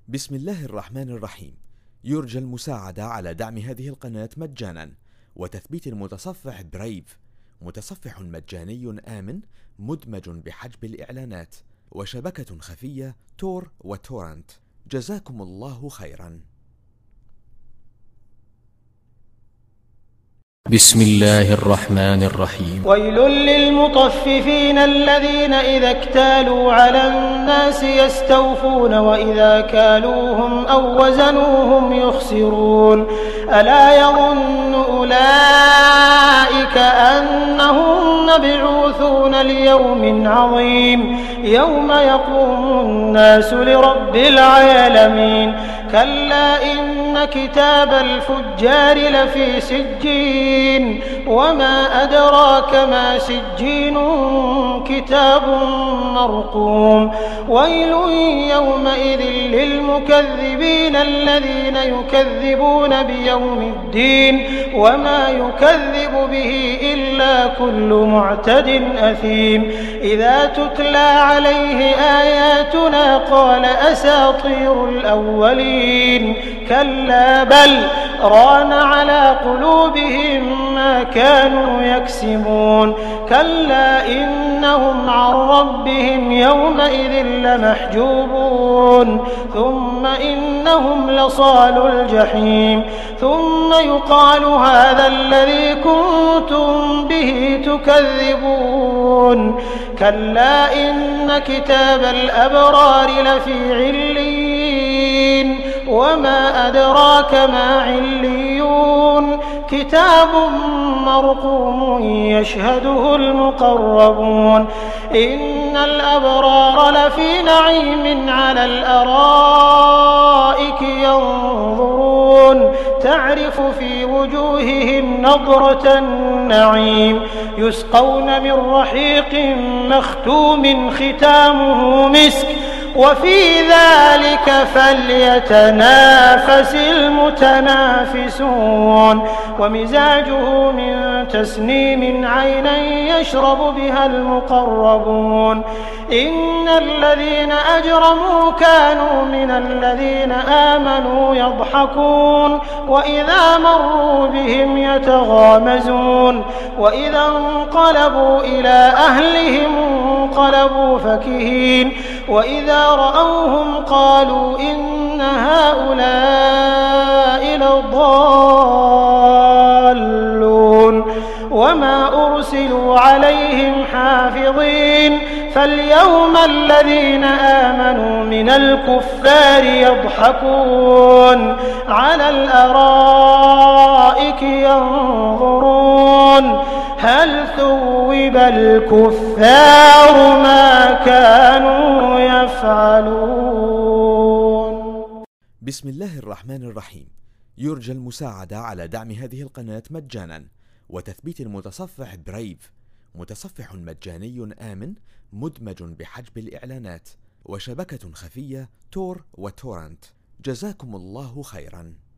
بسم الله الرحمن الرحيم. يرجى المساعدة على دعم هذه القناة مجانا وتثبيت المتصفح برايف، متصفح مجاني آمن مدمج بحجب الإعلانات، وشبكة خفية تور وتورنت. جزاكم الله خيرا. بسم الله الرحمن الرحيم. ويل للمطففين الذين إذا اكتالوا على الناس يستوفون وإذا كالوهم أو وزنوهم يخسرون. ألا يظن أولئك أنهم مبعوثون ليوم عظيم يوم يقوم الناس لرب العالمين. كلا إن كتاب الفجار لفي سجين وما أدراك ما سجين كتاب مرقوم. ويل يومئذ للمكذبين الذين يكذبون بيوم الدين وما يكذب به إلا كل معتد أثيم. إذا تتلى عليه آياتنا قال أساطير الأولين. كلا بل ران على قلوبهم ما كانوا يكسبون. كلا إنهم عن ربهم يومئذ لمحجوبون. ثم إنهم لصالو الجحيم. ثم يقال هذا الذي كنتم به تكذبون. كلا إن كتاب الأبرار لفي عليين وما أدراك ما عليون. كتاب مرقوم يشهده المقربون. إن الأبرار لفي نعيم على الأرائك ينظرون تعرف في وجوههم نضرة النعيم. يسقون من رحيق مختوم ختامه مسك وفي ذلك فليتنافس المتنافسون. ومزاجه من تسنيم عينا يشرب بها المقربون. إن الذين أجرموا كانوا من الذين آمنوا يضحكون وإذا مروا بهم يتغامزون. وإذا انقلبوا إلى أهلهم انقلبوا فكهين. وإذا رأوهم قالوا إن هؤلاء لضالون. وما أرسلوا عليهم حافظين. فاليوم الذين آمنوا من الكفار يضحكون على الأرائك ينظرون هل ثوب الكفار ما كانوا يفعلون. بسم الله الرحمن الرحيم. يرجى المساعدة على دعم هذه القناة مجانا وتثبيت المتصفح برايف، متصفح مجاني آمن مدمج بحجب الإعلانات، وشبكة خفية تور وتورنت. جزاكم الله خيرا.